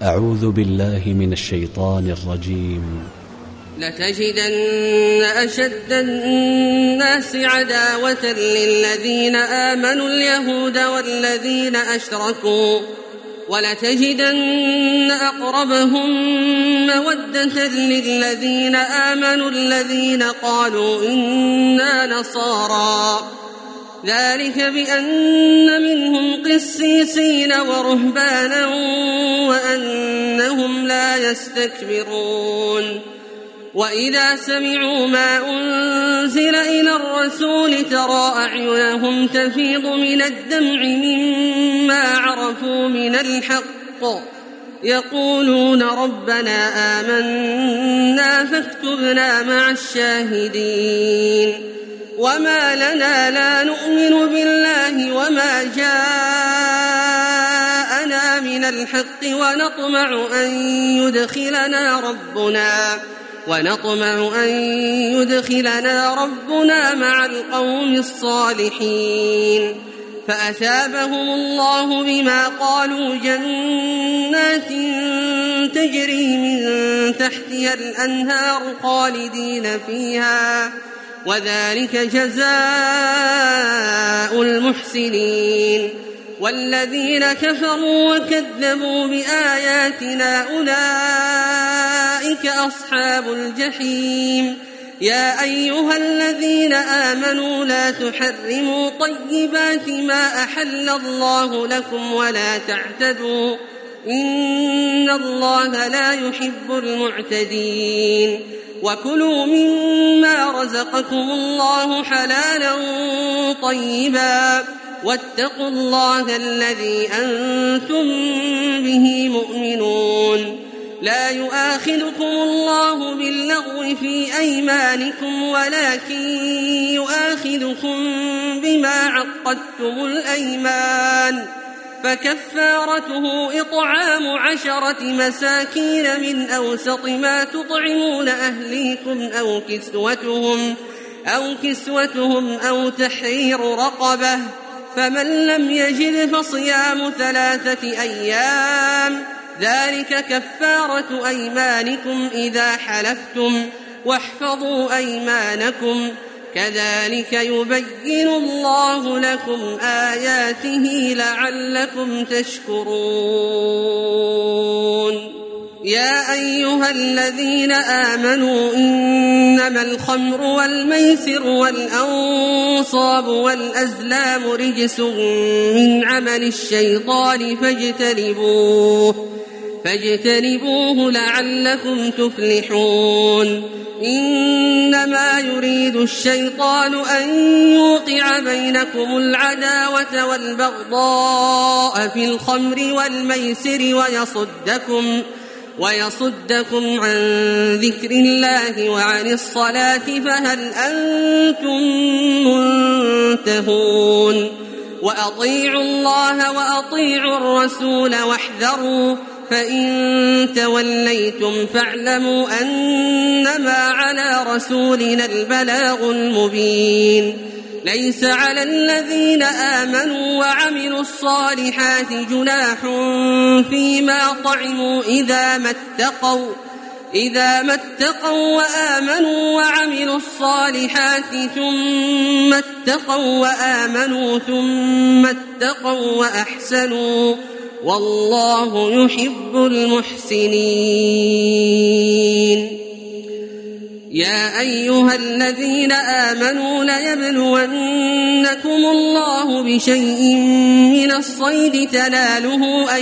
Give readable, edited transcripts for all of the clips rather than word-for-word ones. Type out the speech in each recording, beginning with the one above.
أعوذ بالله من الشيطان الرجيم. لتجدن أشد الناس عداوة للذين آمنوا اليهود والذين أشركوا، ولتجدن أقربهم مودة للذين آمنوا الذين قالوا إنا نصارى، ذلك بأن منهم قسيسين ورهبانا وأنهم لا يستكبرون. وإذا سمعوا ما أنزل إلى الرسول ترى أعينهم تفيض من الدمع مما عرفوا من الحق، يقولون ربنا آمنا فاكتبنا مع الشاهدين. وما لنا لا نؤمن بالله وما جاءنا من الحق ونطمع أن يدخلنا ربنا مع القوم الصالحين. فأثابهم الله بما قالوا جنات تجري من تحتها الأنهار خالدين فيها، وذلك جزاء المحسنين. والذين كفروا وكذبوا بآياتنا أولئك أصحاب الجحيم. يا أيها الذين آمنوا لا تحرموا طيبات ما أحل الله لكم ولا تعتدوا، إن الله لا يحب المعتدين. وكلوا مما رزقكم الله حلالا طيبا واتقوا الله الذي أنتم به مؤمنون. لا يؤاخذكم الله باللغو في أيمانكم ولكن يؤاخذكم بما عقدتم الأيمان، فكفارته إطعام 10 مساكين من أوسط ما تطعمون أهليكم أو كسوتهم أو تحرير رقبة، فمن لم يجد فصيام 3 أيام، ذلك كفارة أيمانكم إذا حلفتم، واحفظوا أيمانكم، كذلك يبين الله لكم آياته لعلكم تشكرون. يا أيها الذين آمنوا إنما الخمر والميسر والأنصاب والأزلام رجس من عمل الشيطان فاجتنبوه لعلكم تفلحون. إنما يريد الشيطان أن يوقع بينكم العداوة والبغضاء في الخمر والميسر ويصدكم عن ذكر الله وعن الصلاة، فهل أنتم منتهون؟ وأطيعوا الله وأطيعوا الرسول واحذروا، فإن توليتم فاعلموا أنما على رسولنا البلاغ المبين. ليس على الذين آمنوا وعملوا الصالحات جناح فيما طعموا إذا ما اتقوا وآمنوا وعملوا الصالحات ثم اتقوا وآمنوا ثم اتقوا وأحسنوا، والله يحب المحسنين. يا أيها الذين آمنوا ليبلونكم الله بشيء من الصيد تناله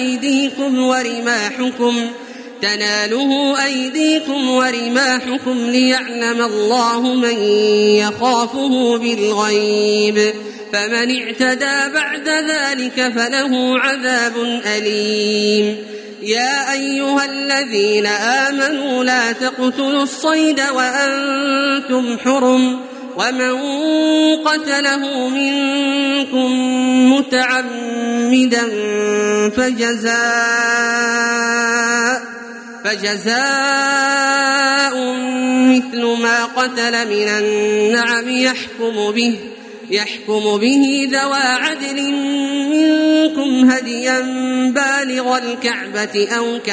أيديكم ورماحكم ليعلم الله من يخافه بالغيب، فمن اعتدى بعد ذلك فله عذاب أليم. يا أيها الذين آمنوا لا تقتلوا الصيد وأنتم حرم، ومن قتله منكم متعمدا فجزاء مثل ما قتل من النعم يحكم به ذوى عدل منكم هديا بالغ الكعبة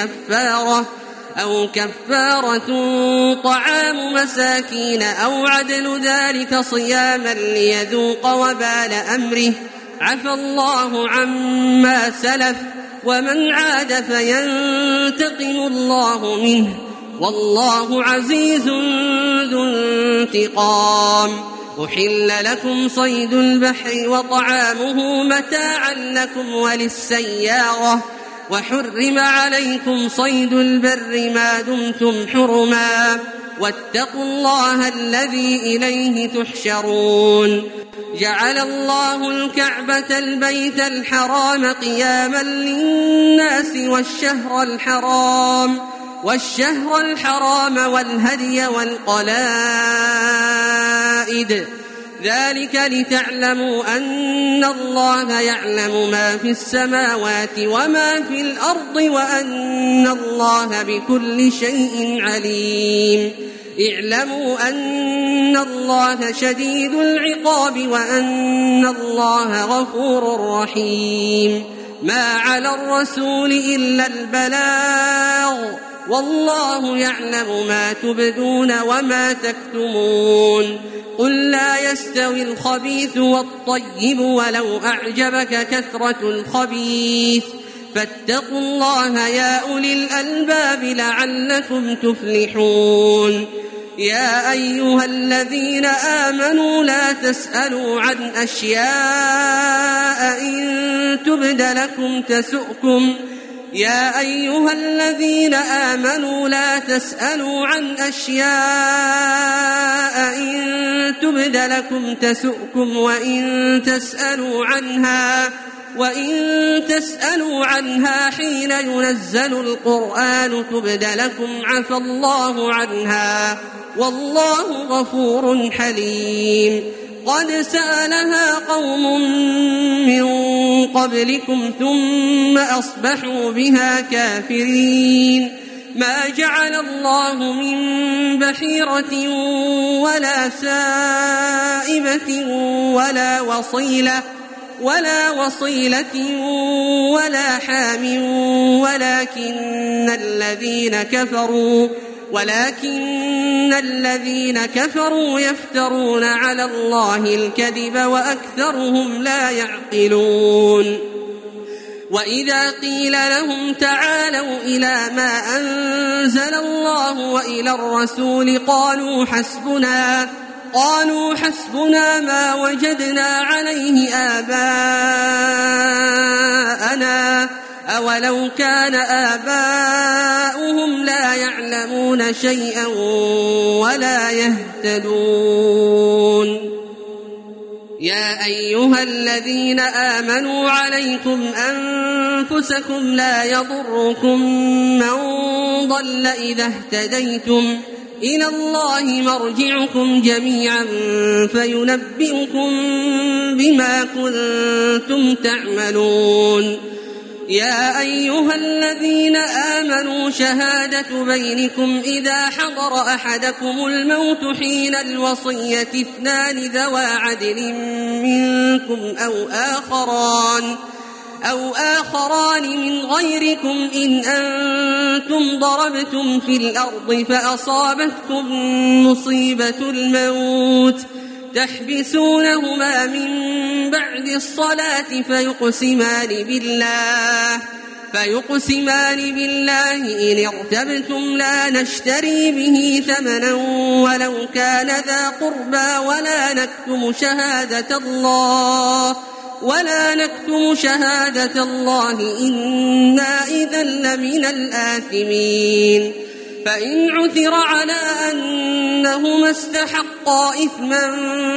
أو كفارة طعام مساكين أو عدل ذلك صياما ليذوق وبال أمره عفى الله عما سلف ومن عاد فينتقم الله منه والله عزيز ذو انتقام. أحل لكم صيد البحر وطعامه متاعا لكم وللسيارة وحرم عليكم صيد البر ما دمتم حرما واتقوا الله الذي إليه تحشرون. جعل الله الكعبة البيت الحرام قياما للناس والشهر الحرام والهدي والقلائد ذلك لتعلموا أن الله يعلم ما في السماوات وما في الأرض وأن الله بكل شيء عليم. اعلموا أن الله شديد العقاب وأن الله غفور رحيم. ما على الرسول إلا البلاغ والله يعلم ما تبدون وما تكتمون. قل لا يستوي الخبيث والطيب ولو أعجبك كثرة الخبيث فاتقوا الله يا أولي الألباب لعلكم تفلحون. يا أيها الذين آمنوا لا تسألوا عن أشياء إن تبد لكم تسؤكم يا أيها الذين آمنوا لا تسألوا عن أشياء إن تبد لكم تسؤكم وإن تسألوا عنها حين ينزل القرآن تبد لكم عفى الله عنها والله غفور حليم. قد سألها قوم من قبلكم ثم أصبحوا بها كافرين. ما جعل الله من بحيرة ولا سائبة ولا وصيلة ولا حام ولكن الذين كفروا يفترون على الله الكذب وأكثرهم لا يعقلون. وإذا قيل لهم تعالوا إلى ما أنزل الله وإلى الرسول قالوا حسبنا ما وجدنا عليه آباءنا أولو كان آباؤهم لا يعلمون شيئا ولا يهتدون. يا أيها الذين آمنوا عليكم أنفسكم لا يضركم من ضل إذا اهتديتم إلى الله مرجعكم جميعا فينبئكم بما كنتم تعملون. يا أيها الذين آمنوا شهادة بينكم إذا حضر أحدكم الموت حين الوصية اثنان ذوى عدل منكم أو آخران من غيركم إن أنتم ضربتم في الأرض فأصابتكم مصيبة الموت تحبسونهما من بعد الصلاة فيقسمان بالله إن ارتبتم لا نشتري به ثمنا ولو كان ذا قربى ولا نكتم شهادة الله إنا إذا لمن الآثمين. فإن عثر على أنهما استحقا إثما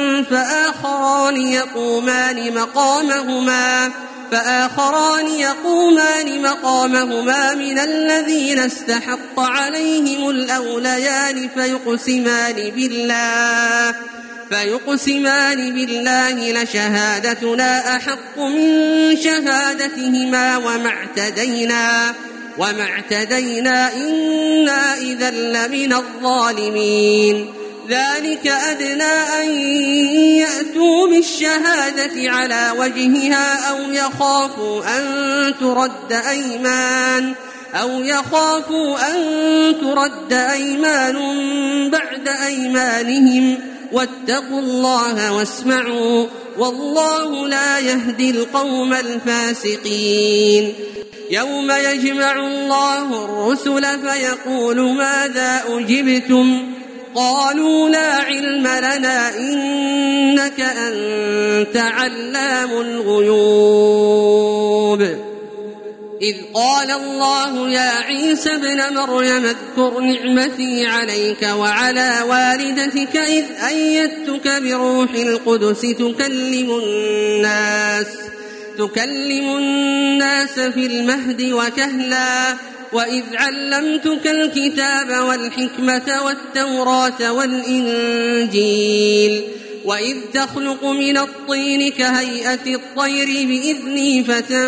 فآخران يقومان مقامهما من الذين استحق عليهم الأوليان فيقسمان بالله لشهادتنا أحق من شهادتهما وما اعتدينا إنا إذا لمن الظالمين. ذلك أدنى أن يأتوا بالشهادة على وجهها أو يخافوا أن ترد أيمان بعد أيمانهم واتقوا الله واسمعوا والله لا يهدي القوم الفاسقين. يوم يجمع الله الرسل فيقول ماذا أجبتم قالوا لا علم لنا إنك أنت علام الغيوب. إذ قال الله يا عيسى ابن مريم اذكر نعمتي عليك وعلى والدتك إذ أيدتك بروح القدس تكلم الناس في المهد وكهلا وإذ علمتك الكتاب والحكمة والتوراة والإنجيل وإذ تخلق من الطين كهيئة الطير بإذني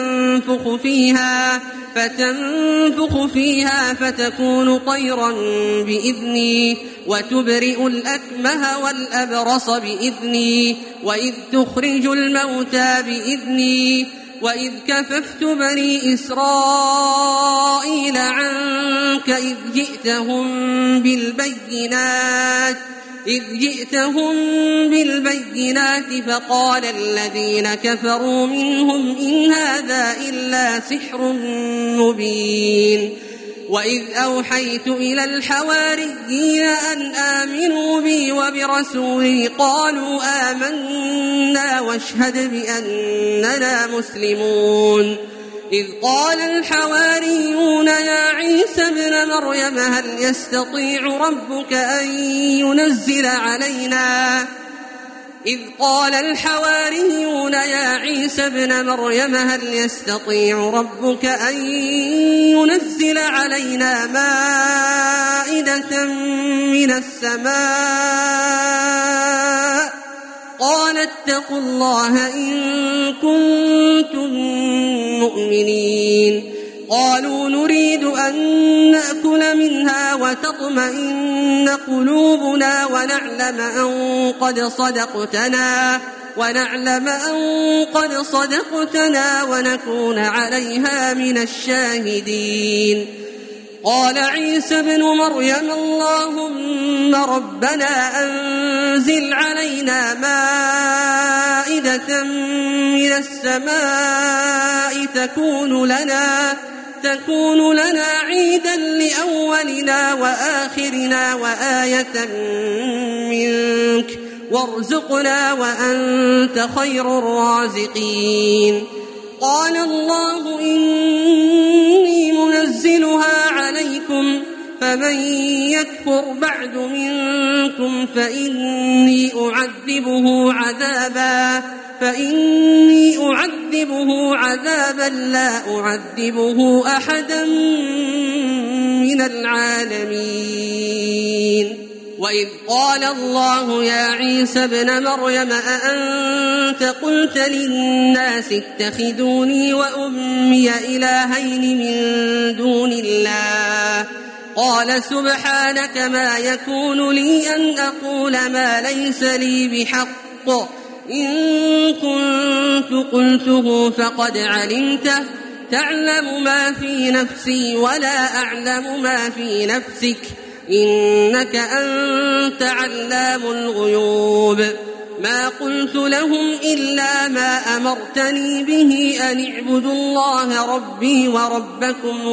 فتنفخ فيها فتكون طيرا بإذني وتبرئ الأكمه والأبرص بإذني وإذ تخرج الموتى بإذني وإذ كففت بني إسرائيل عنك إذ جئتهم بالبينات فقال الذين كفروا منهم إن هذا إلا سحر مبين. وإذ أوحيت إلى الحواريين أن آمنوا بي وبرسولي قالوا آمنا واشهد بأننا مسلمون. إذ قال الحواريون يا عيسى ابن مريم هل يستطيع ربك أن ينزل علينا مائدة من السماء قال اتقوا الله إن كنتم مؤمنين. قالوا نريد أن نأكل منها وتطمئن قلوبنا ونعلم أن قد صدقتنا ونكون عليها من الشاهدين. قال عيسى ابن مريم اللهم ربنا أنزل علينا مائدة من السماء تكون لنا عيدا لأولنا وآخرنا وآية منك وارزقنا وأنت خير الرازقين. قال الله إني منزلها عليكم فمن يكفر بعد منكم فإني أعذبه عذابا لا أعذبه أحدا من العالمين. وإذ قال الله يا عيسى ابن مريم أأنت قلت للناس اتخذوني وأمي إلهين من دون الله قال سبحانك ما يكون لي أن أقول ما ليس لي بحق إن كنت قلته فقد علمته تعلم ما في نفسي ولا أعلم ما في نفسك إنك أنت علام الغيوب. ما قلت لهم إلا ما أمرتني به أن اعبدوا الله ربي وربكم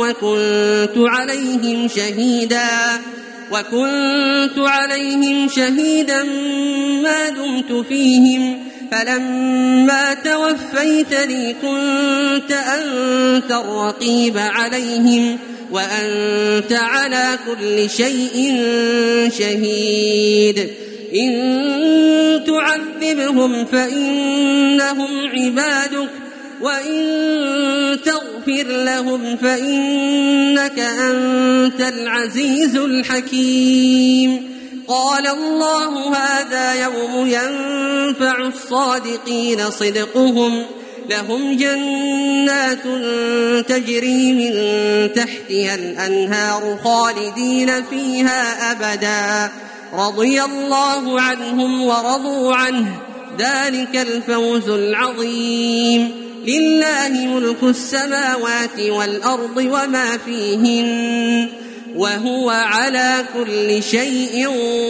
وكنت عليهم شهيدا ما دمت فيهم فلما توفيتني كنت أنت الرقيب عليهم وأنت على كل شيء شهيد. إن تعذبهم فإنهم عبادك وإن تغفر لهم فإنك أنت العزيز الحكيم. قال الله هذا يوم ينفع الصادقين صدقهم لهم جنات تجري من تحتها الأنهار خالدين فيها أبدا رضي الله عنهم ورضوا عنه ذلك الفوز العظيم لله ملك السماوات والأرض وما فيهن وهو على كل شيء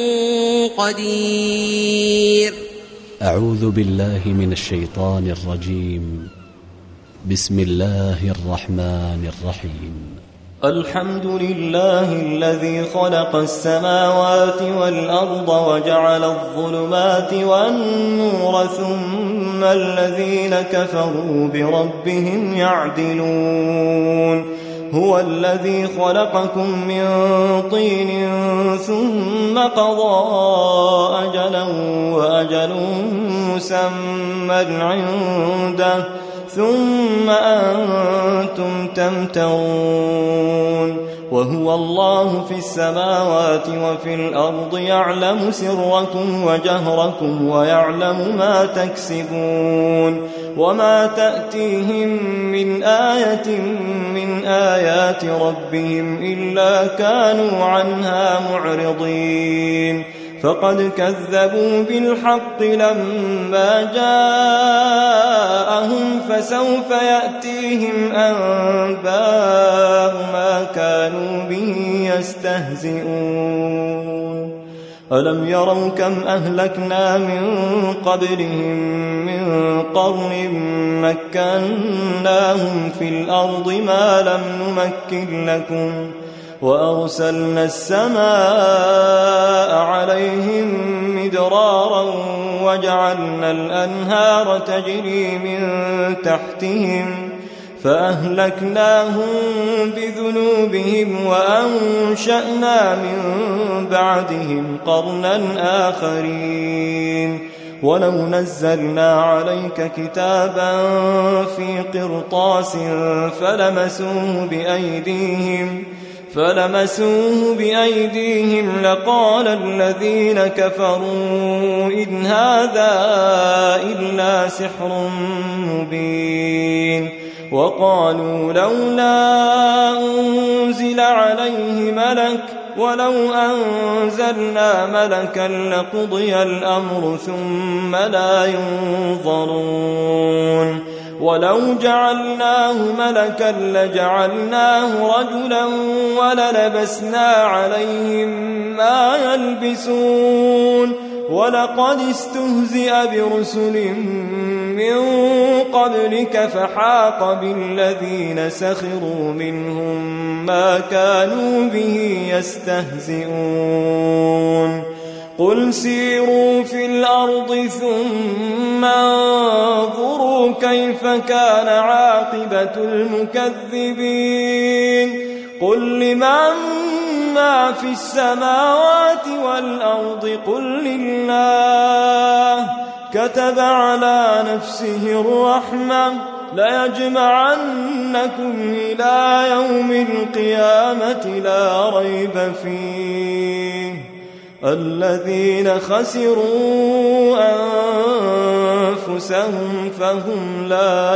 قدير. أعوذ بالله من الشيطان الرجيم. بسم الله الرحمن الرحيم. الحمد لله الذي خلق السماوات والأرض وجعل الظلمات والنور ثم الذين كفروا بربهم يعدلون. هو الذي خلقكم من طين ثم قضى أجلا وأجل مسمى عنده ثم أنتم تمترون. وهو الله في السماوات وفي الأرض يعلم سركم وجهركم ويعلم ما تكسبون. وما تأتيهم من آية من آيات ربهم إلا كانوا عنها معرضين. فقد كذبوا بالحق لما جاءهم فسوف يأتيهم أنباء ما كانوا به يستهزئون. ألم يروا كم أهلكنا من قبلهم من قرن مكناهم في الأرض ما لم نمكن لكم وأرسلنا السماء عليهم مدرارا وجعلنا الأنهار تجري من تحتهم فأهلكناهم بذنوبهم وأنشأنا من بعدهم قرنا آخرين. ولو نزلنا عليك كتابا في قرطاس فلمسوه بأيديهم لقال الذين كفروا إن هذا إلا سحر مبين. وقالوا لولا أنزل عليه ملك ولو أنزلنا ملكا لقضي الأمر ثم لا ينظرون. ولو جعلناه ملكا لجعلناه رجلا وللبسنا عليهم ما يلبسون. ولقد استهزئ برسل من قبلك فحاق بالذين سخروا منهم ما كانوا به يستهزئون. قل سيروا في الأرض ثم انظروا كيف كان عاقبة المكذبين. قل لمن ما في السماوات والأرض قل لله كتب على نفسه الرحمة ليجمعنكم إلى يوم القيامة لا ريب فيه الذين خسروا أنفسهم فهم لا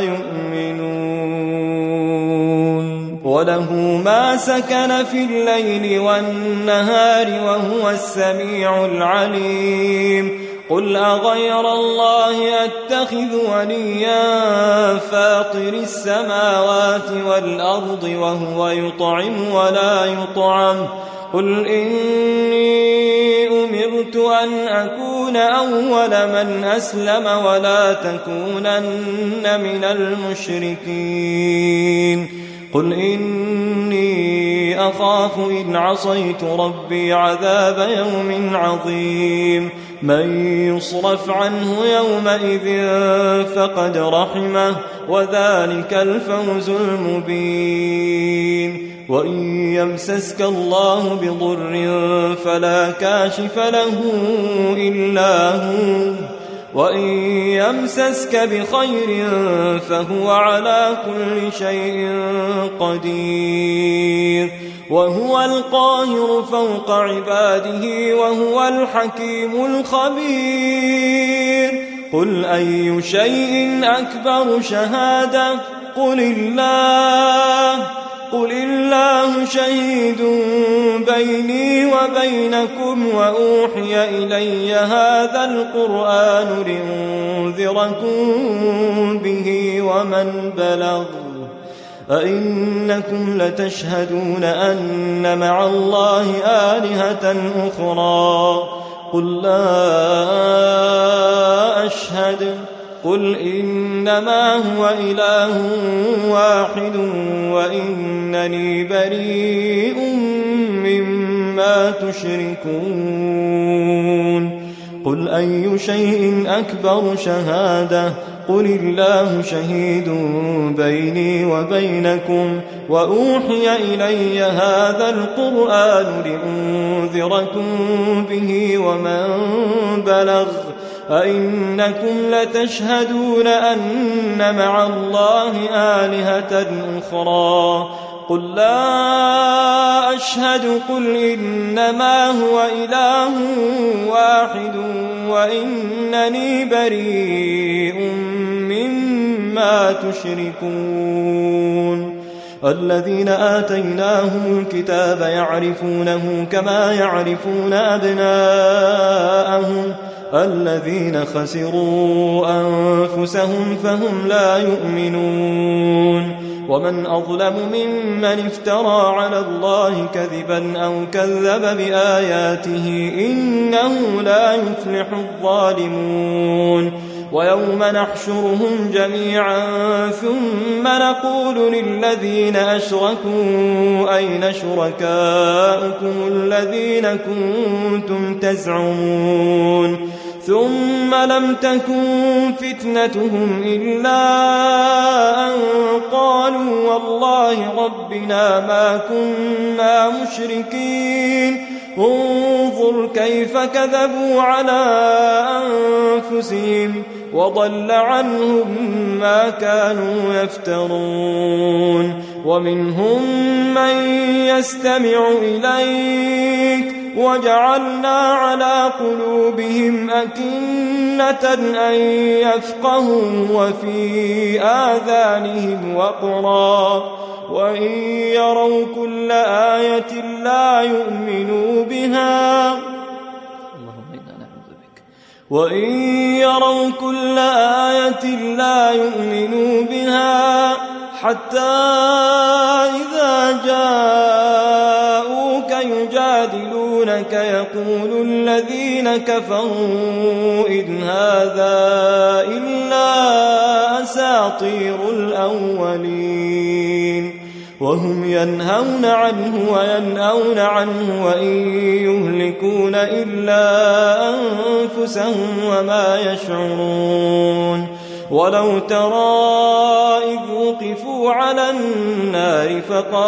يؤمنون. وله ما سكن في الليل والنهار وهو السميع العليم. قل أغير الله أتخذ وليا فاطر السماوات والأرض وهو يطعم ولا يطعم. قل إني أمرت أن أكون أول من أسلم ولا تكونن من المشركين. قل إني أخاف إن عصيت ربي عذاب يوم عظيم. من يصرف عنه يومئذ فقد رحمه وذلك الفوز المبين. وإن يمسسك الله بضر فلا كاشف له إلا هو وإن يمسسك بخير فهو على كل شيء قدير. وهو القاهر فوق عباده وهو الحكيم الخبير. قل أي شيء أكبر شهادة قل الله شهيد بيني وبينكم وأوحي إلي هذا القرآن لأنذركم به ومن بلغ أئنكم لتشهدون أن مع الله آلهة أخرى قل لا أشهد قل إنما هو إله واحد وإنني بريء مما تشركون قل أي شيء أكبر شهادة قل الله شهيد بيني وبينكم وأوحي إلي هذا القرآن لأنذركم به ومن بلغ أئنكم لتشهدون أن مع الله آلهة أخرى قل لا أشهد قل إنما هو إله واحد وإنني بريء مما تشركون الذين آتيناهم الكتاب يعرفونه كما يعرفون أبناءهم الذين خسروا أنفسهم فهم لا يؤمنون ومن أظلم ممن افترى على الله كذبا أو كذب بآياته إنه لا يفلح الظالمون ويوم نحشرهم جميعا ثم نقول للذين أشركوا أين شركاؤكم الذين كنتم تزعمون ثم لم تكن فتنتهم إلا أن قالوا والله ربنا ما كنا مشركين انظر كيف كذبوا على أنفسهم وضل عنهم ما كانوا يفترون ومنهم من يستمع إليك وجعلنا على قلوبهم أكنة أن يفقهوا وفي آذانهم وقرا وإن يروا كل آية لا يؤمنوا بها وإن يروا كل آية لا يؤمنوا بها حتى إذا جاءوك يجادلونك يقول الذين كفروا إن هذا إلا أساطير الأولين وهم ينهون عنه وينأون عنه وإن يهلكون إلا أنفسهم وما يشعرون ولو ترى إذ وقفوا على النار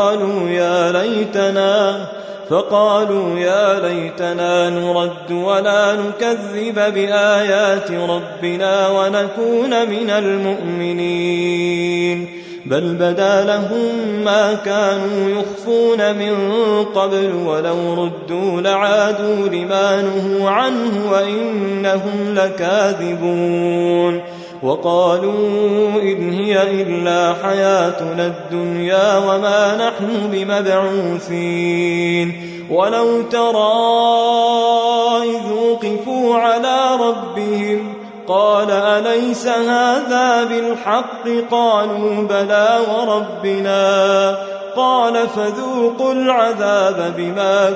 فقالوا يا ليتنا نرد ولا نكذب بآيات ربنا ونكون من المؤمنين بل بدا لهم ما كانوا يخفون من قبل ولو ردوا لعادوا لما نهوا عنه وإنهم لكاذبون وقالوا إن هي إلا حياتنا الدنيا وما نحن بمبعوثين ولو ترى إذ وقفوا على ربهم قال أليس هذا بالحق قالوا بلى وربنا قال فذوقوا العذاب بما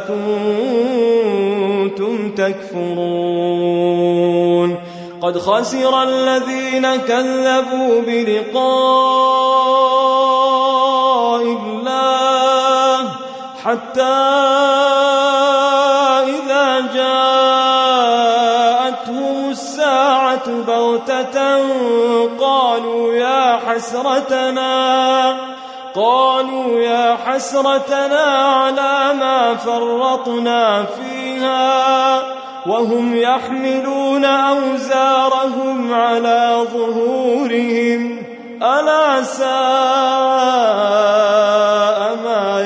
كنتم تكفرون قد خسر الذين كذبوا بلقاء الله حتى إذا جاءتهم الساعة بغتة قالوا يا حسرتنا على ما فرطنا فيها وهم يحملون أوزارهم على ظهورهم ألا ساء ما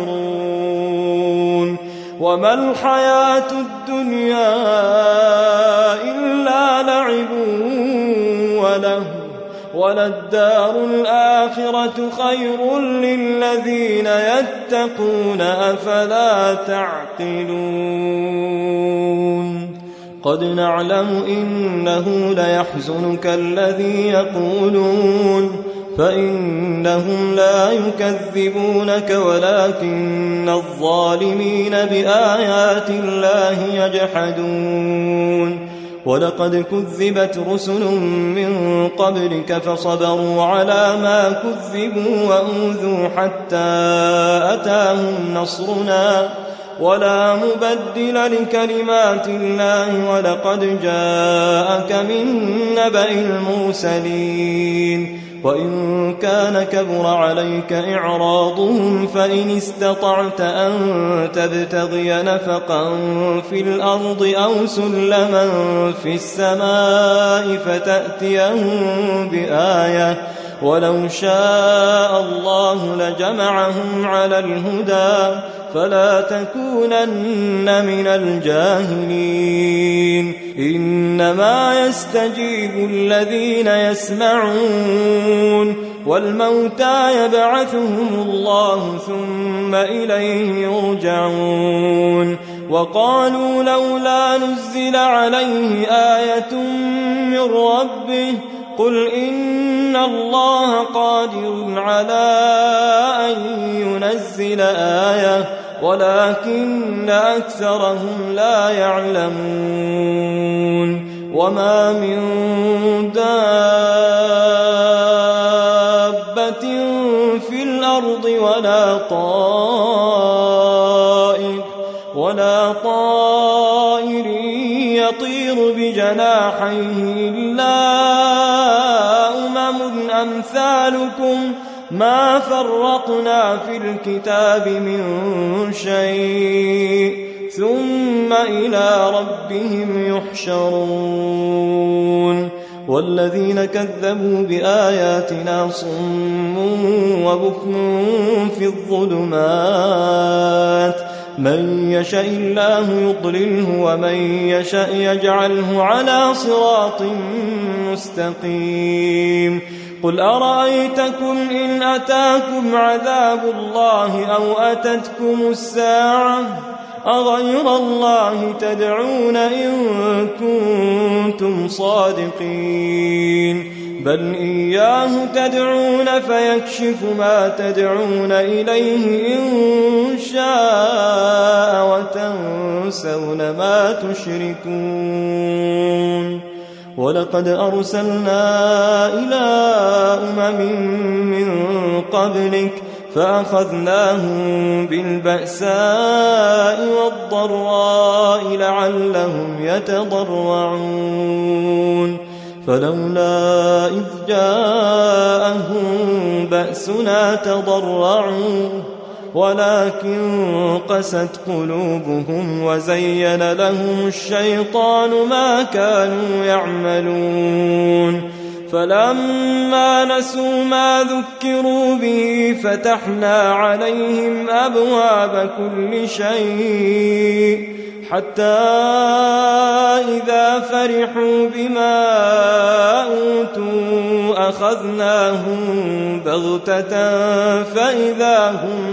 يزرون وما الحياة الدنيا إلا لعب وَلَلدَّارُ الْآخِرَةُ خَيْرٌ لِّلَّذِينَ يَتَّقُونَ أَفَلَا تَعْقِلُونَ قَدْ نَعْلَمُ إِنَّهُ لَيَحْزُنُكَ الَّذِي يَقُولُونَ فَإِنَّهُمْ لَا يُكَذِّبُونَكَ وَلَكِنَّ الظَّالِمِينَ بِآيَاتِ اللَّهِ يَجْحَدُونَ وَلَقَدْ كُذِّبَتْ رُسُلٌ مِّن قَبْلِكَ فَصَبَرُوا عَلَىٰ مَا كُذِّبُوا وَأُوذُوا حَتَّىٰ أَتَاهُمْ نَصْرُنَا وَلَا مُبَدِّلَ لِكَلِمَاتِ اللَّهِ وَلَقَدْ جَاءَكَ مِن نَّبَإِ الْمُرْسَلِينَ وَإِن كَانَ كَبُرَ عَلَيْكَ إِعْرَاضُهُمْ فَإِنِ اسْتَطَعْتَ أَن تَبْتَغِيَ نَفَقًا فِي الْأَرْضِ أَوْ سُلَّمًا فِي السَّمَاءِ فَتَأْتِيَهُم بِآيَةٍ وَلَوْ شَاءَ اللَّهُ لَجَمَعَهُمْ عَلَى الْهُدَىٰ فَلَا تَكُونَنَّ مِنَ الْجَاهِلِينَ إِنَّمَا يَسْتَجِيبُ الَّذِينَ يَسْمَعُونَ وَالْمَوْتَىٰ يَبْعَثُهُمُ اللَّهُ ثُمَّ إِلَيْهِ يُرْجَعُونَ وَقَالُوا لَوْلَا نُزِّلَ عَلَيْهِ آيَةٌ مِّن رَّبِّهِ قُلْ إِنَّ اللَّهَ قَادِرٌ عَلَىٰ أَن يُنَزِّلَ آيَةً وَلَٰكِنَّ أَكْثَرَهُمْ لَا يَعْلَمُونَ وَمَا مِن دَابَّةٍ فِي الْأَرْضِ ولا طائر يطير بجناحيه إلا أمثالكم ما فرطنا في الكتاب من شيء ثم إلى ربهم يحشرون والذين كذبوا بآياتنا صم وبكم في الظلمات من يشاء الله يضلله ومن يشاء يجعله على صراط مستقيم قل أرأيتكم إن أتاكم عذاب الله أو أتتكم الساعة أغير الله تدعون إن كنتم صادقين بل إياه تدعون فيكشف ما تدعون إليه إن شاء وتنسون ما تشركون ولقد أرسلنا إلى من قبلك فأخذناهم بالبأساء والضراء لعلهم يتضرعون فلولا إذ جاءهم بأسنا تضرعوا ولكن قست قلوبهم وزين لهم الشيطان ما كانوا يعملون فلما نسوا ما ذكروا به فتحنا عليهم أبواب كل شيء حتى إذا فرحوا بما أوتوا أخذناهم بغتة فإذا هم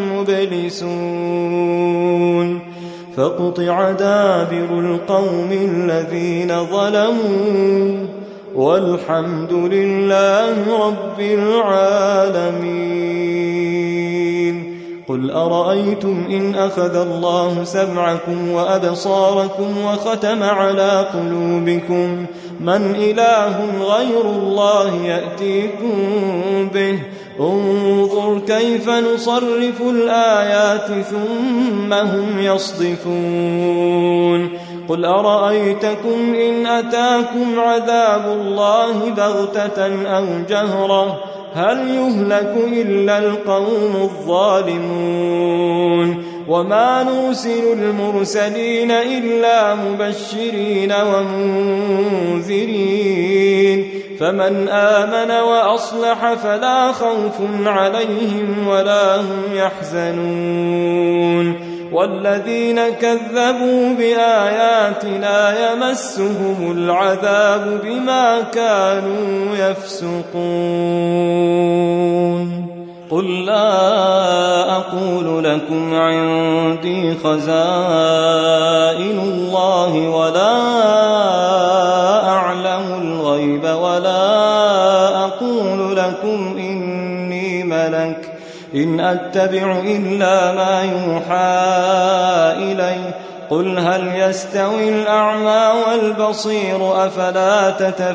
مبلسون فقطع دابر القوم الذين ظلموا والحمد لله رب العالمين قل أرأيتم إن أخذ الله سمعكم وأبصاركم وختم على قلوبكم من إله غير الله يأتيكم به انظر كيف نصرف الآيات ثم هم يصدفون قل أرأيتكم إن أتاكم عذاب الله بغتة أو جهرة هل يهلك إلا القوم الظالمون وما نرسل المرسلين إلا مبشرين ومنذرين فمن آمن وأصلح فلا خوف عليهم ولا هم يحزنون والذين كذبوا بآياتنا يمسهم العذاب بما كانوا يفسقون قل لا أقول لكم عندي خزائن الله ولا أعلم الغيب ولا أقول لكم إني ملك إن أتبع إلا ما يوحى إلي قل هل يستوي الأعمى والبصير أفلا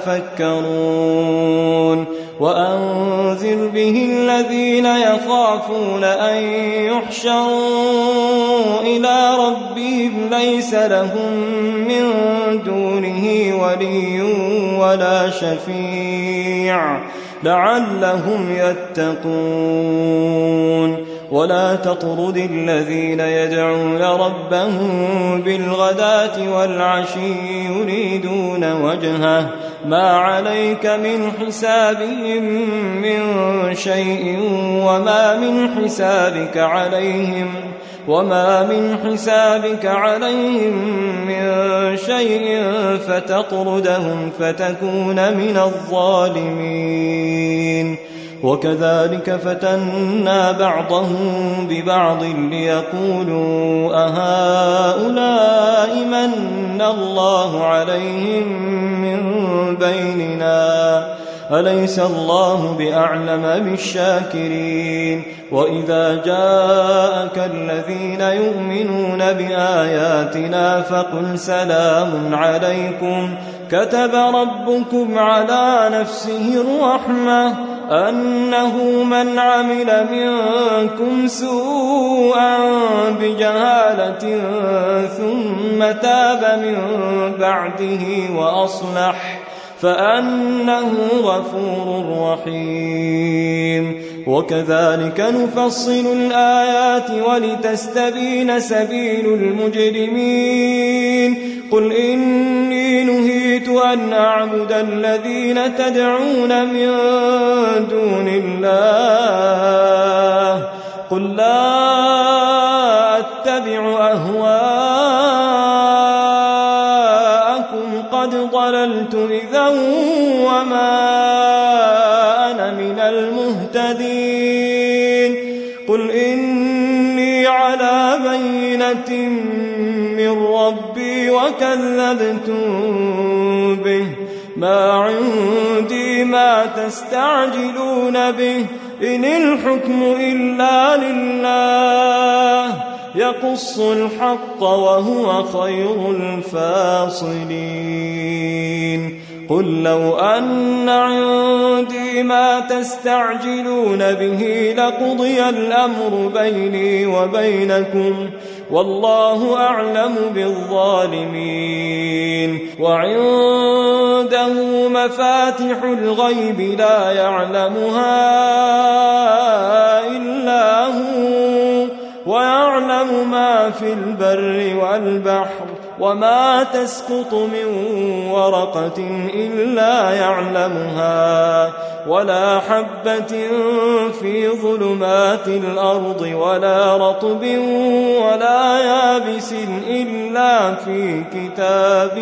تتفكرون وأنذر به الذين يخافون أن يحشروا إلى ربهم ليس لهم من دونه ولي ولا شفيع لعلهم يتقون ولا تطرد الذين يدعون ربهم بالغداة والعشي يريدون وجهه ما عليك من حسابهم من شيء وما من حسابك عليهم من شيء فتطردهم فتكون من الظالمين وكذلك فتنا بعضهم ببعض ليقولوا أهؤلاء من الله عليهم من بيننا أليس الله بأعلم بالشاكرين وإذا جاءك الذين يؤمنون بآياتنا فقل سلام عليكم كتب ربكم على نفسه الرحمة أنه من عمل منكم سوءا بجهالة ثم تاب من بعده وأصلح فأنه غفور رحيم وكذلك نفصل الآيات ولتستبين سبيل المجرمين قل إني نهيت أن أعبد الذين تدعون من دون الله قل لا أتبع أهواءكم قد ضللت إذا وما أنا من المهتدين قل إني على بينة من ربي وكذبتم به ما عندي ما تستعجلون به إن الحكم إلا لله يقص الحق وهو خير الفاصلين قل لو أن عندي ما تستعجلون به لقضي الأمر بيني وبينكم والله أعلم بالظالمين وعنده مفاتح الغيب لا يعلمها إلا هو ويعلم ما في البر والبحر وما تسقط من ورقة إلا يعلمها ولا حبة في ظلمات الأرض ولا رطب ولا يابس إلا في كتاب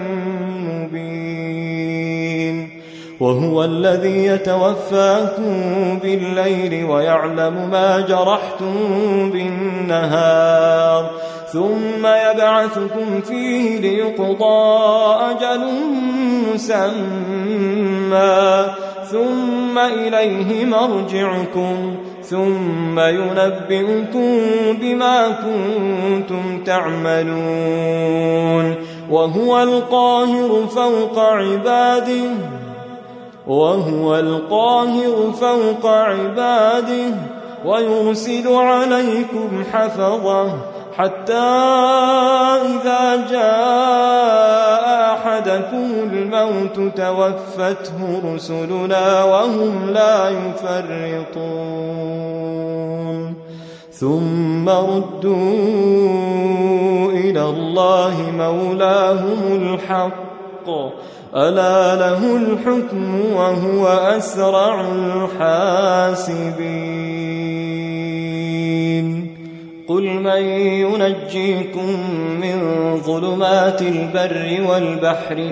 مبين وهو الذي يتوفاكم بالليل ويعلم ما جرحتم بالنهار ثم يبعثكم فيه ليقضى أجل مسمى ثم إليه مرجعكم ثم ينبئكم بما كنتم تعملون وهو القاهر فوق عباده ويرسل عليكم حفظه حتى إذا جاء أحدكم الموت توفته رسلنا وهم لا يفرطون ثم ردوا إلى الله مولاهم الحق ألا له الحكم وهو أسرع الحاسبين قل من ينجيكم من ظلمات البر والبحر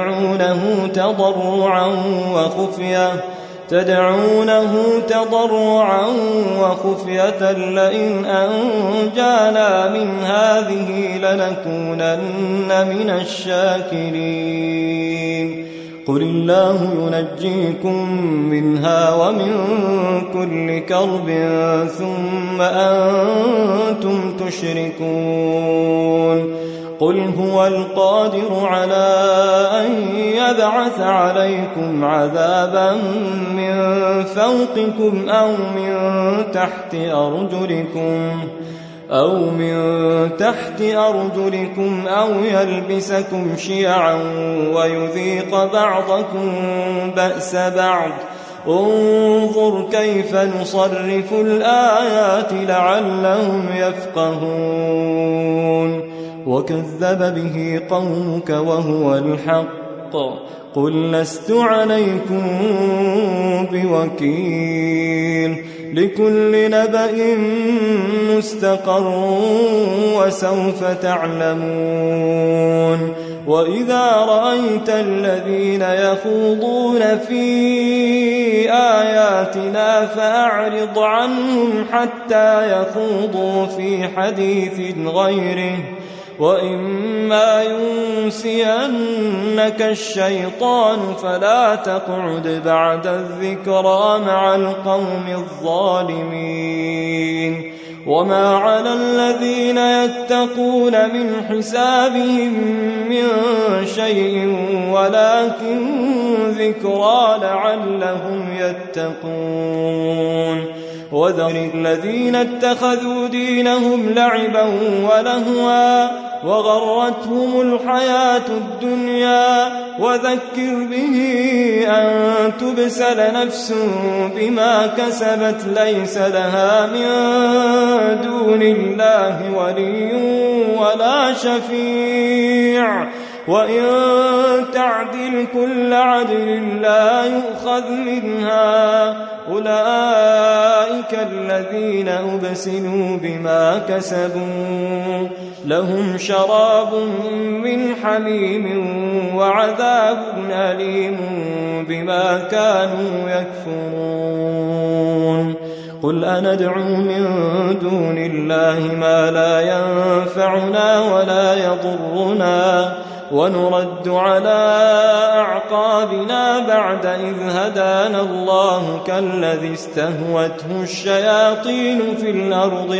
تدعونه تضرعا وخفية لئن أنجانا من هذه لنكونن من الشاكرين قل الله ينجيكم منها ومن كل كرب ثم أنتم تشركون قل هو القادر على أن يبعث عليكم عذابا من فوقكم أو من تحت أرجلكم أو يلبسكم شيعا ويذيق بعضكم بأس بعض انظر كيف نصرف الآيات لعلهم يفقهون وكذب به قومك وهو الحق قل لست عليكم بوكيل لكل نبأ مستقر وسوف تعلمون وإذا رأيت الذين يخوضون في آياتنا فأعرض عنهم حتى يخوضوا في حديث غيره وإما ينسينك الشيطان فلا تقعد بعد الذكرى مع القوم الظالمين وما على الذين يتقون من حسابهم من شيء ولكن ذكرى لعلهم يتقون وذر الذين اتخذوا دينهم لعبا ولهوا وغرتهم الحياة الدنيا وذكر به أن تبسل نفس بما كسبت ليس لها من دون الله ولي ولا شفيع وإن تعدل كل عدل لا يؤخذ منها أولئك الذين أبسلوا بما كسبوا لهم شراب من حميم وعذاب أليم بما كانوا يكفرون قل أندعو من دون الله ما لا ينفعنا ولا يضرنا ونرد على أعقابنا بعد إذ هدانا الله كالذي استهوته الشياطين في الأرض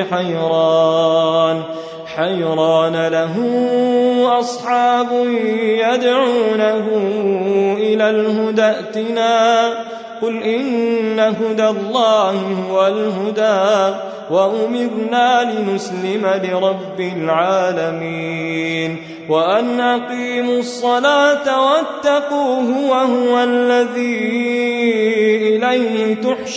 حيران له أصحاب يدعونه إلى الهدى ائتنا قل إن هدى الله هو الهدى وأمرنا لنسلم لرب العالمين وأن أقيموا الصلاة واتقوه وهو الذي إليه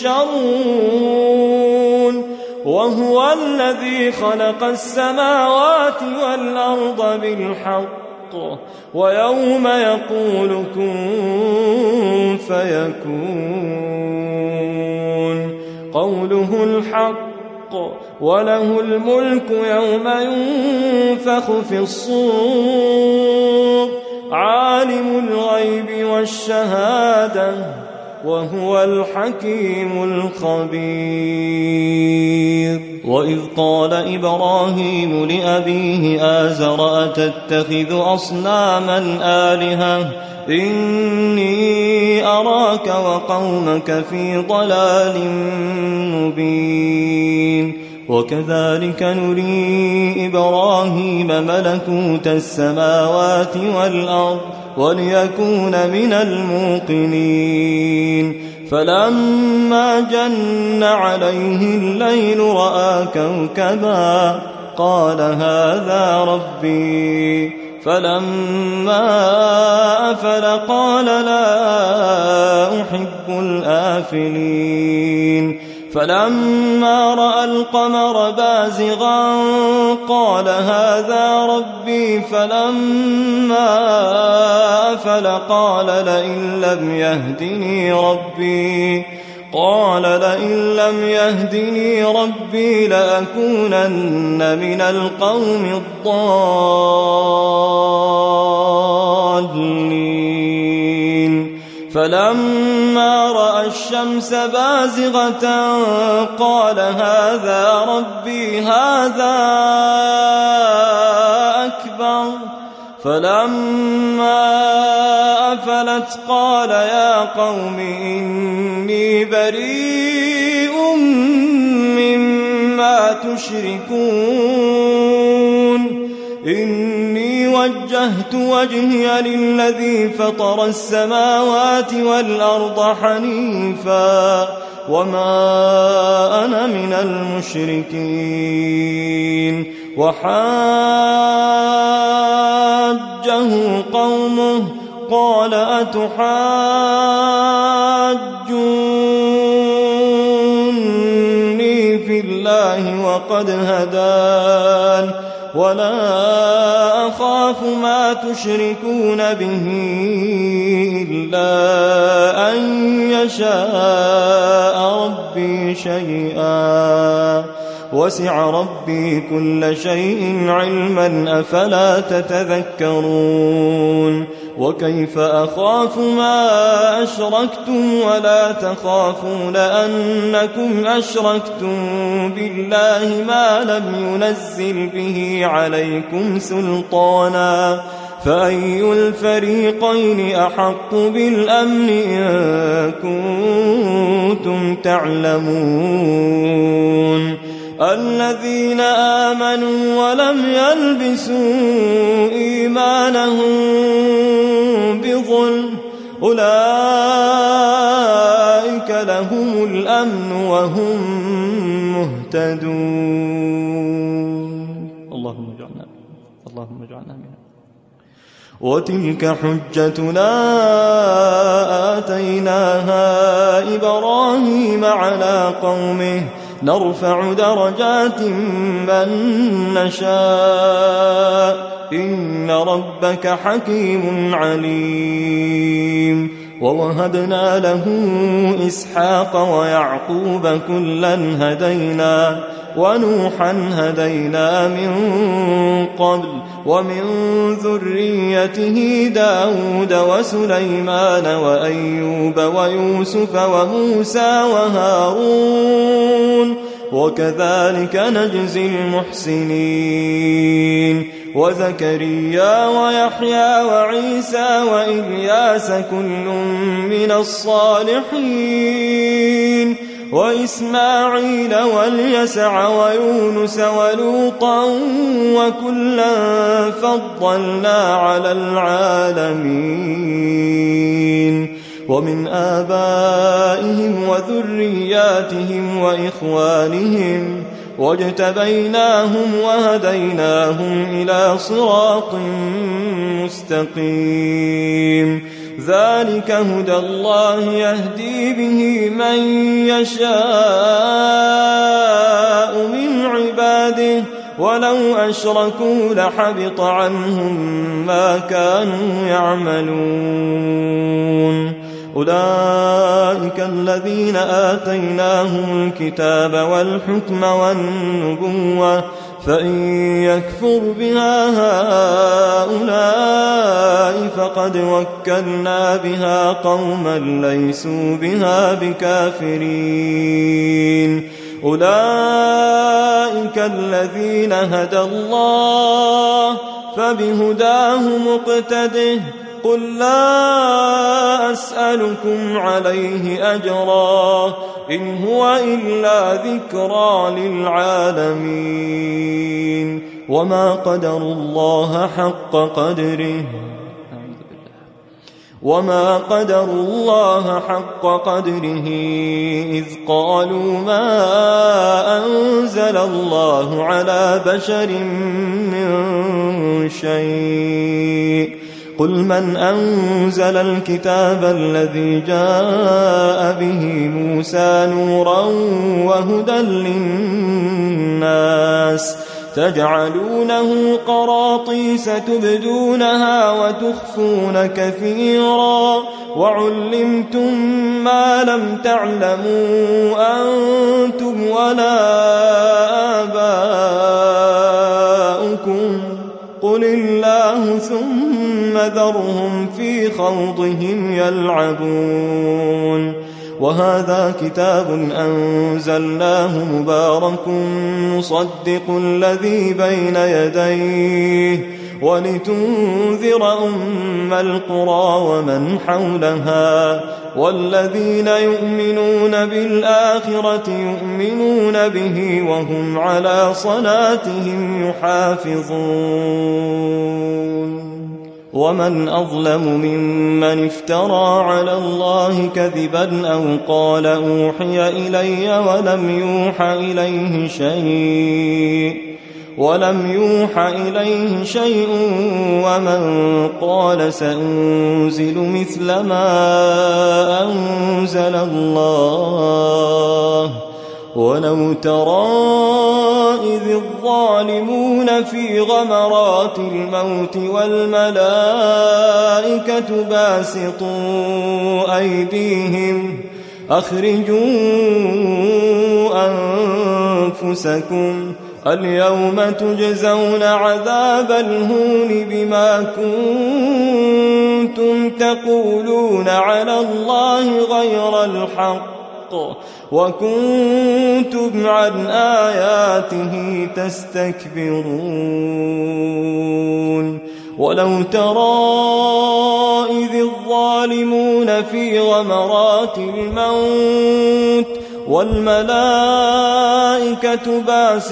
تحشرون وهو الذي خلق السماوات والأرض بالحق ويوم يقول كن فيكون قوله الحق وله الملك يوم ينفخ في الصور عالم الغيب والشهادة وهو الحكيم الخبير وإذ قال إبراهيم لأبيه آزر أتتخذ أصناما آلهة إني أراك وقومك في ضلال مبين وكذلك نري إبراهيم ملكوت السماوات والأرض وليكون من الموقنين فلما جن عليه الليل رأى كوكبا قال هذا ربي فلما أفل قال لا أحب الآفلين فلما رأى القمر بازغا قال هذا ربي فلما أفل قال لئن لم يهدني ربي قال لئن لم يهدني ربي لأكونن من القوم الضالين فلما رأى الشمس بازغة قال هذا ربي هذا أكبر فلما أفلت قال يا قوم إني بريء مما تشركون إني وجهت وجهي للذي فطر السماوات والأرض حنيفا وما أنا من المشركين وحاجه قومه قال أتحاجوني في الله وقد هدان ولا أخاف ما تشركون به إلا أن يشاء ربي شيئا وسع ربي كل شيء علما أفلا تتذكرون وكيف أخاف ما أشركتم ولا تخافون أنكم أشركتم بالله ما لم ينزل به عليكم سلطانا فأي الفريقين أحق بالأمن إن كنتم تعلمون الذين آمنوا ولم يلبسوا إيمانهم بظلم أولئك لهم الأمن وهم مهتدون اللهم اجعلنا منهم وتلك حجتنا آتيناها إبراهيم على قومه نرفع درجات من نشاء إن ربك حكيم عليم ووهبنا له إسحاق ويعقوب كلا هدينا ونوحا هدينا من قبل ومن ذريته داود وسليمان وأيوب ويوسف وموسى وهارون وكذلك نجزي المحسنين وزكريا ويحيى وعيسى وإلياس كل من الصالحين وإسماعيل واليسع ويونس ولوطا وكلا فضلنا على العالمين ومن آبائهم وذرياتهم وإخوانهم واجتبيناهم وهديناهم إلى صراط مستقيم ذلك هدى الله يهدي به من يشاء من عباده ولو أشركوا لحبط عنهم ما كانوا يعملون أولئك الذين آتيناهم الكتاب والحكم والنبوة فإن يكفر بها هؤلاء فقد وكلنا بها قوما ليسوا بها بكافرين أولئك الذين هدى الله فبهداه مقتده قل لا أسألكم عليه أجرا إن هو إلا ذكرى للعالمين وما قدروا الله حق قدره إذ قالوا ما أنزل الله على بشر من شيء قل من أنزل الكتاب الذي جاء به موسى نورا وهدى للناس تجعلونه قراطيس تبدونها وتخفون كثيرا وعلمتم ما لم تعلموا أنتم ولا آباؤكم قل الله ثم ذرهم في خوضهم يلعبون وهذا كتاب أنزلناه مبارك مصدق الذي بين يديه ولتنذر أم القرى ومن حولها والذين يؤمنون بالآخرة يؤمنون به وهم على صلاتهم يحافظون ومن أظلم ممن افترى على الله كذبا أو قال أوحي إلي ولم يوحى إليه شيء ومن قال سأنزل مثل ما أنزل الله ولو ترى إذ الظالمون في غمرات الموت والملائكة باسطوا أيديهم أخرجوا أنفسكم اليوم تجزون عذاب الهون بما كنتم تقولون على الله غير الحق وكنتم عن آياته تستكبرون ولو ترى إذ الظالمون في غمرات الموت والملائكة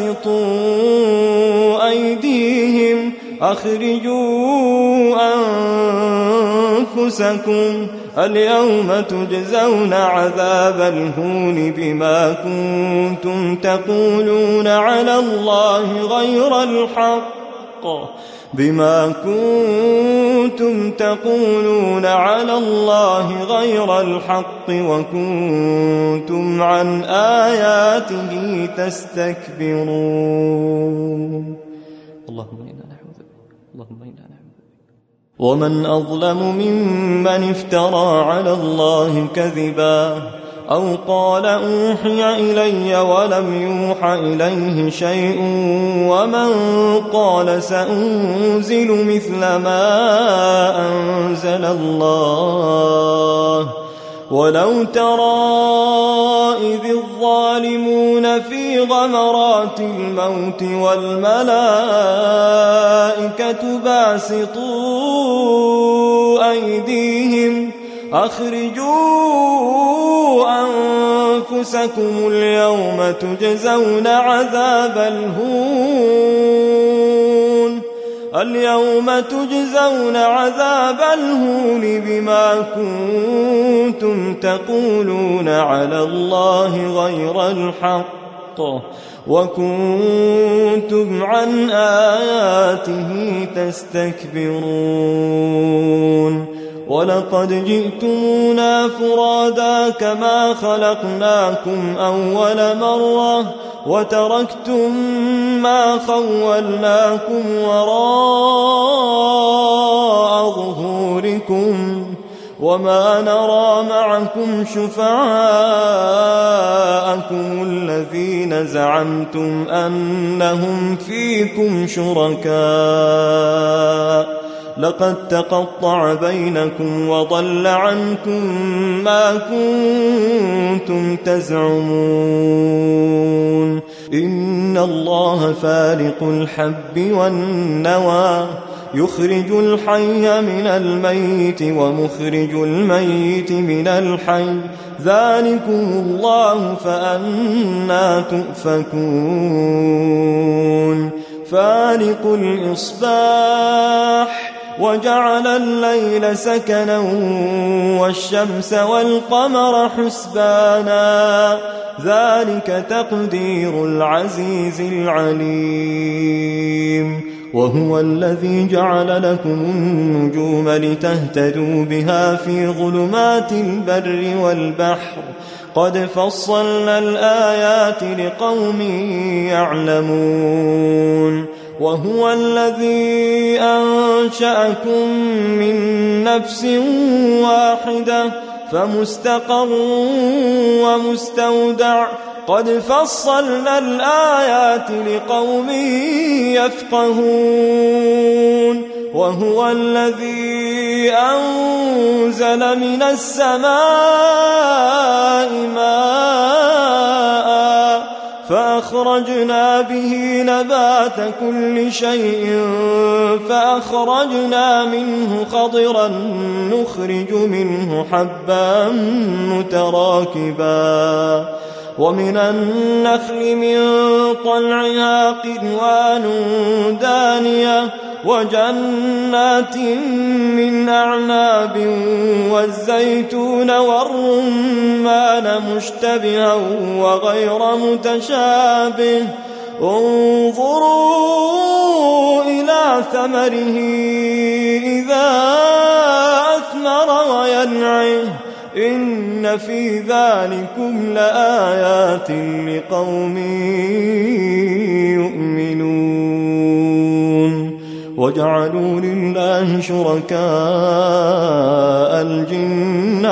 باسطوا أيديهم أخرجوا أنفسكم اليوم تجزون عذاب الهون بما كنتم تقولون على الله غير الحق وكنتم عن آياته تستكبرون اللهم إنا نعوذ بك ومن أظلم ممن افترى على الله كذبا أو قال أوحي إلي ولم يوحى إليه شيء ومن قال سأنزل مثل ما أنزل الله ولو ترى إذ الظالمون في غمرات الموت والملائكة باسطوا أيديهم أخرجوا أنفسكم اليوم تجزون عذاب الهون بما كنتم تقولون على الله غير الحق وكنتم عن آياته تستكبرون ولقد جئتمونا فرادا كما خلقناكم أول مرة وتركتم ما خولناكم وراء ظهوركم وما نرى معكم شفعاءكم الذين زعمتم أنهم فيكم شركاء لقد تقطع بينكم وضل عنكم ما كنتم تزعمون إن الله فالق الحب والنوى يخرج الحي من الميت ومخرج الميت من الحي ذلكم الله فأنى تؤفكون فالق الإصباح وجعل الليل سكنا والشمس والقمر حسبانا ذلك تقدير العزيز العليم وهو الذي جعل لكم النجوم لتهتدوا بها في ظلمات البر والبحر قد فصلنا الآيات لقوم يعلمون وهو الذي أنشأكم من نفس واحدة فمستقر ومستودع قد فصلنا الآيات لقوم يفقهون وهو الذي أنزل من السماء ماء فأخرجنا به نبات كل شيء فأخرجنا منه خضرا نخرج منه حبا متراكبا ومن النخل من طلعها قنوان دانية وجنات من أعناب والزيتون والرمان مشتبها وغير متشابه انظروا إلى ثمره إذا أثمر وينعه إن في ذلكم لآيات لقوم يؤمنون وجعلوا لله شركاء الجن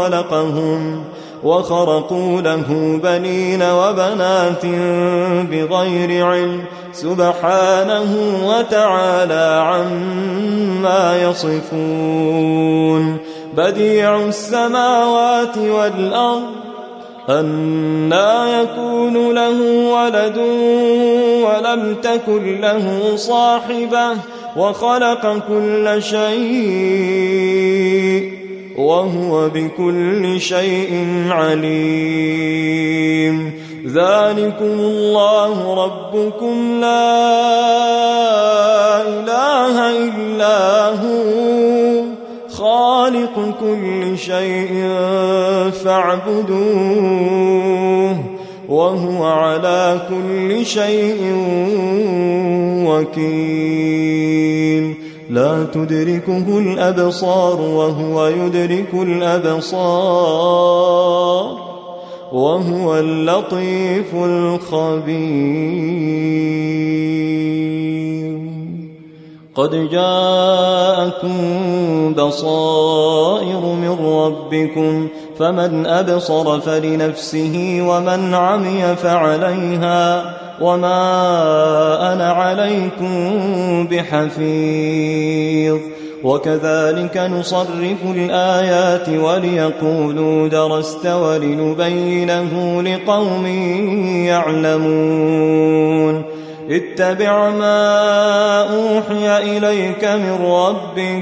وخرقوا له بنين وبنات بغير علم سبحانه وتعالى عما يصفون بديع السماوات والأرض أنى يكون له ولد ولم تكن له صاحبة وخلق كل شيء وهو بكل شيء عليم ذلكم الله ربكم لا إله إلا هو خالق كل شيء فاعبدوه وهو على كل شيء وكيل لا تدركه الأبصار وهو يدرك الأبصار وهو اللطيف الخبير قد جاءكم بصائر من ربكم فمن أبصر فلنفسه ومن عمي فعليها وما أنا عليكم بحفيظ وكذلك نصرف الآيات وليقولوا درست ولنبينه لقوم يعلمون اتبع ما أوحي إليك من ربك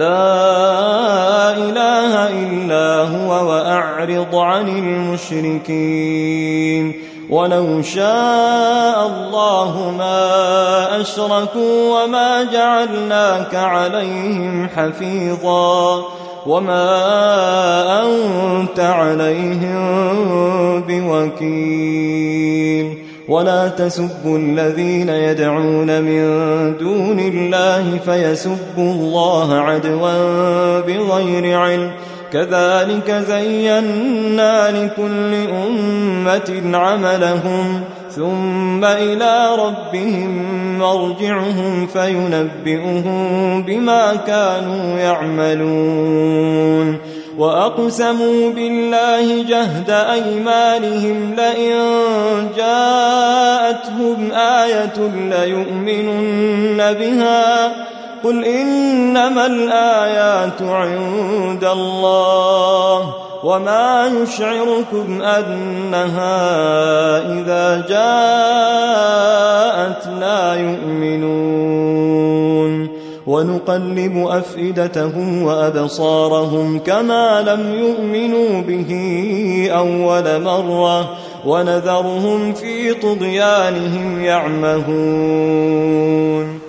لا إله إلا هو وأعرض عن المشركين ولو شاء الله ما أشركوا وما جعلناك عليهم حفيظا وما أنت عليهم بوكيل ولا تسبوا الذين يدعون من دون الله فيسبوا الله عدوا بغير علم كذلك زينا لكل أمة عملهم ثم إلى ربهم مرجعهم فينبئهم بما كانوا يعملون وأقسموا بالله جهد أيمانهم لئن جاءتهم آية ليؤمنن بها قل إنما الآيات عند الله وما يشعركم أنها إذا جاءت لا يؤمنون ونقلب أفئدتهم وأبصارهم كما لم يؤمنوا به أول مرة ونذرهم في طغيانهم يعمهون